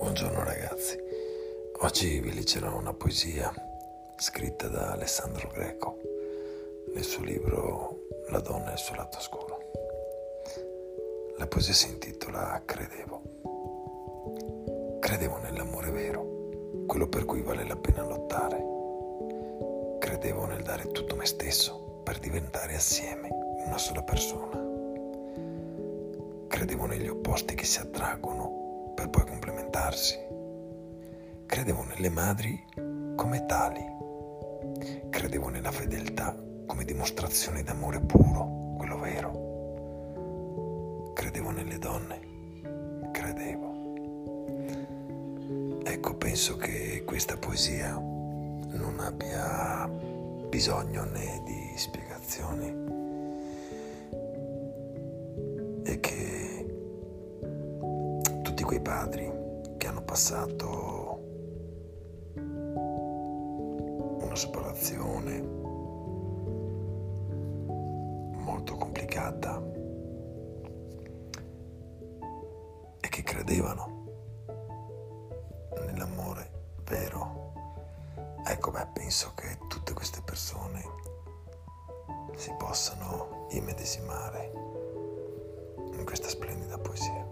Buongiorno ragazzi, oggi vi leggerò una poesia scritta da Alessandro Greco nel suo libro La donna e il suo lato oscuro. La poesia si intitola Credevo. Credevo nell'amore vero, quello per cui vale la pena lottare. Credevo nel dare tutto me stesso per diventare assieme una sola persona. Credevo negli opposti che si attraggono per poi complementarsi. Credevo nelle madri come tali. Credevo nella fedeltà come dimostrazione d'amore puro, quello vero. Credevo nelle donne. Credevo. Ecco, penso che questa poesia non abbia bisogno né di spiegazioni e che tutti quei padri che hanno passato una separazione molto complicata e che credevano nell'amore vero, ecco, penso che tutte queste persone si possano immedesimare in questa splendida poesia.